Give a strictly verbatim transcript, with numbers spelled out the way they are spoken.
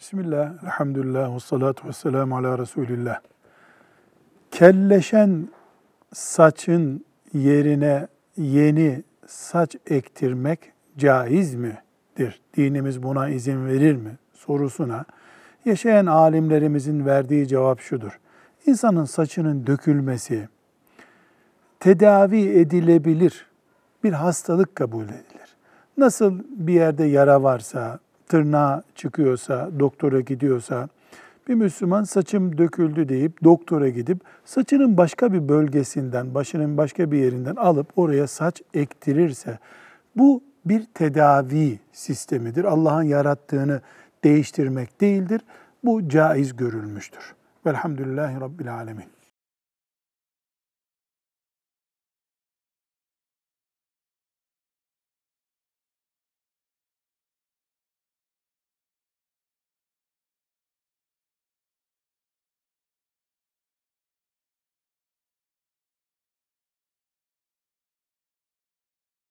Bismillah, elhamdülillah, ve salatu ve selamu ala Resulillah. Kelleşen saçın yerine yeni saç ektirmek caiz midir? Dinimiz buna izin verir mi? Sorusuna yaşayan alimlerimizin verdiği cevap şudur. İnsanın saçının dökülmesi tedavi edilebilir bir hastalık kabul edilir. Nasıl bir yerde yara varsa, tırnağı çıkıyorsa, doktora gidiyorsa, bir Müslüman saçım döküldü deyip doktora gidip saçının başka bir bölgesinden, başının başka bir yerinden alıp oraya saç ektirirse bu bir tedavi sistemidir. Allah'ın yarattığını değiştirmek değildir. Bu caiz görülmüştür. Velhamdülillahi Rabbil Alemin.